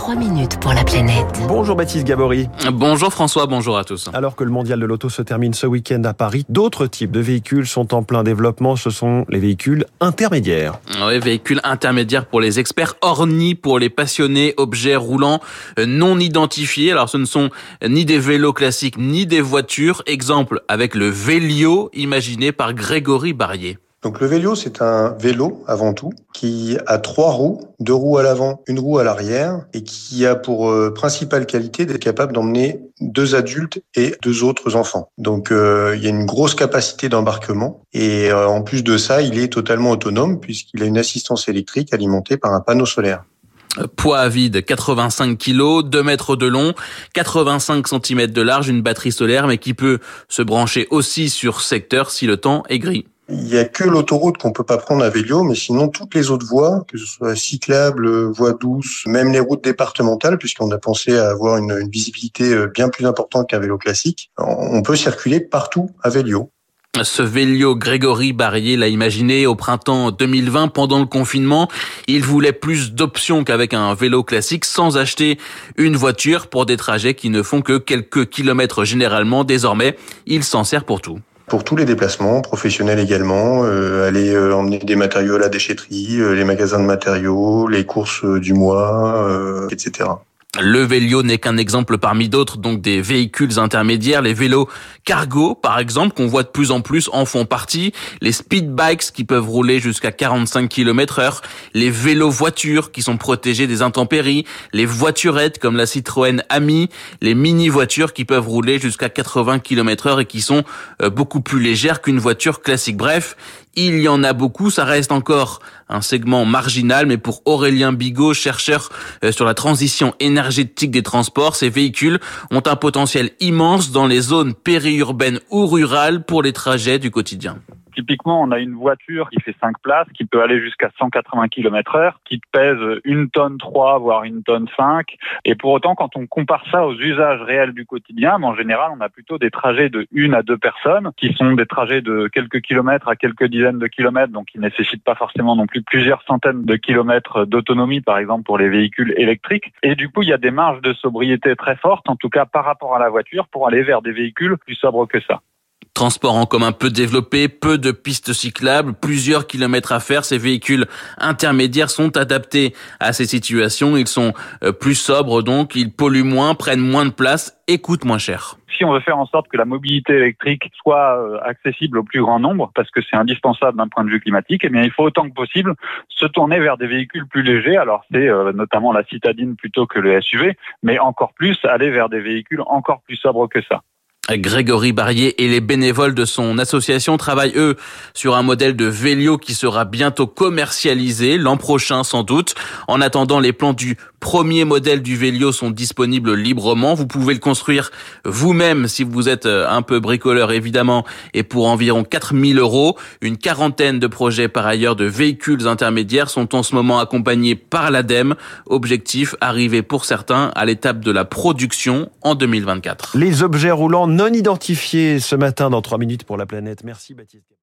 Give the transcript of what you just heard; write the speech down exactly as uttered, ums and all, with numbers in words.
trois minutes pour la planète. Bonjour Baptiste Gabory. Bonjour François, bonjour à tous. Alors que le mondial de l'auto se termine ce week-end à Paris, d'autres types de véhicules sont en plein développement. Ce sont les véhicules intermédiaires. Oui, véhicules intermédiaires pour les experts, ornis pour les passionnés, objets roulants non identifiés. Alors ce ne sont ni des vélos classiques ni des voitures. Exemple avec le Vélio, imaginé par Grégory Barrier. Donc le Vélio, c'est un vélo avant tout qui a trois roues, deux roues à l'avant, une roue à l'arrière et qui a pour euh, principale qualité d'être capable d'emmener deux adultes et deux autres enfants. Donc euh, il y a une grosse capacité d'embarquement et euh, en plus de ça, il est totalement autonome puisqu'il a une assistance électrique alimentée par un panneau solaire. Poids à vide, quatre-vingt-cinq kilos, deux mètres de long, quatre-vingt-cinq centimètres de large, une batterie solaire mais qui peut se brancher aussi sur secteur si le temps est gris. Il n'y a que l'autoroute qu'on peut pas prendre à vélo, mais sinon toutes les autres voies, que ce soit cyclables, voies douces, même les routes départementales, puisqu'on a pensé à avoir une, une visibilité bien plus importante qu'un vélo classique, on peut circuler partout à vélo. Ce Vélio, Grégory Barrier l'a imaginé au printemps deux mille vingt pendant le confinement. Il voulait plus d'options qu'avec un vélo classique sans acheter une voiture pour des trajets qui ne font que quelques kilomètres généralement. Désormais, il s'en sert pour tout. Pour tous les déplacements, professionnels également, euh, aller euh, emmener des matériaux à la déchetterie, euh, les magasins de matériaux, les courses euh, du mois, euh, et cetera. Le Vélio n'est qu'un exemple parmi d'autres, donc des véhicules intermédiaires. Les vélos cargo, par exemple, qu'on voit de plus en plus, en font partie. Les speed bikes qui peuvent rouler jusqu'à quarante-cinq kilomètres heure. Les vélos voitures qui sont protégés des intempéries. Les voiturettes comme la Citroën Ami. Les mini-voitures qui peuvent rouler jusqu'à quatre-vingts kilomètres heure et qui sont beaucoup plus légères qu'une voiture classique. Bref, il y en a beaucoup, ça reste encore un segment marginal, mais pour Aurélien Bigot, chercheur sur la transition énergétique des transports, ces véhicules ont un potentiel immense dans les zones périurbaines ou rurales pour les trajets du quotidien. Typiquement, on a une voiture qui fait cinq places, qui peut aller jusqu'à cent quatre-vingts kilomètres heure, qui pèse une tonne trois, voire une tonne cinq. Et pour autant, quand on compare ça aux usages réels du quotidien, en général, on a plutôt des trajets de une à deux personnes, qui sont des trajets de quelques kilomètres à quelques dizaines de kilomètres, donc qui ne nécessitent pas forcément non plus plusieurs centaines de kilomètres d'autonomie, par exemple, pour les véhicules électriques. Et du coup, il y a des marges de sobriété très fortes, en tout cas par rapport à la voiture, pour aller vers des véhicules plus sobres que ça. Transport en commun peu développé, peu de pistes cyclables, plusieurs kilomètres à faire. Ces véhicules intermédiaires sont adaptés à ces situations. Ils sont plus sobres donc, ils polluent moins, prennent moins de place et coûtent moins cher. Si on veut faire en sorte que la mobilité électrique soit accessible au plus grand nombre, parce que c'est indispensable d'un point de vue climatique, eh bien il faut autant que possible se tourner vers des véhicules plus légers. Alors c'est euh, notamment la citadine plutôt que le S U V, mais encore plus aller vers des véhicules encore plus sobres que ça. Grégory Barrier et les bénévoles de son association travaillent, eux, sur un modèle de Vélio qui sera bientôt commercialisé, l'an prochain sans doute. En attendant, les plans du premier modèle du Vélio sont disponibles librement. Vous pouvez le construire vous-même si vous êtes un peu bricoleur, évidemment, et pour environ quatre mille euros. Une quarantaine de projets, par ailleurs, de véhicules intermédiaires sont en ce moment accompagnés par l'ADEME. Objectif, arriver pour certains à l'étape de la production en deux mille vingt-quatre. Les objets roulants non identifiés ce matin dans trois minutes pour la planète. Merci Baptiste.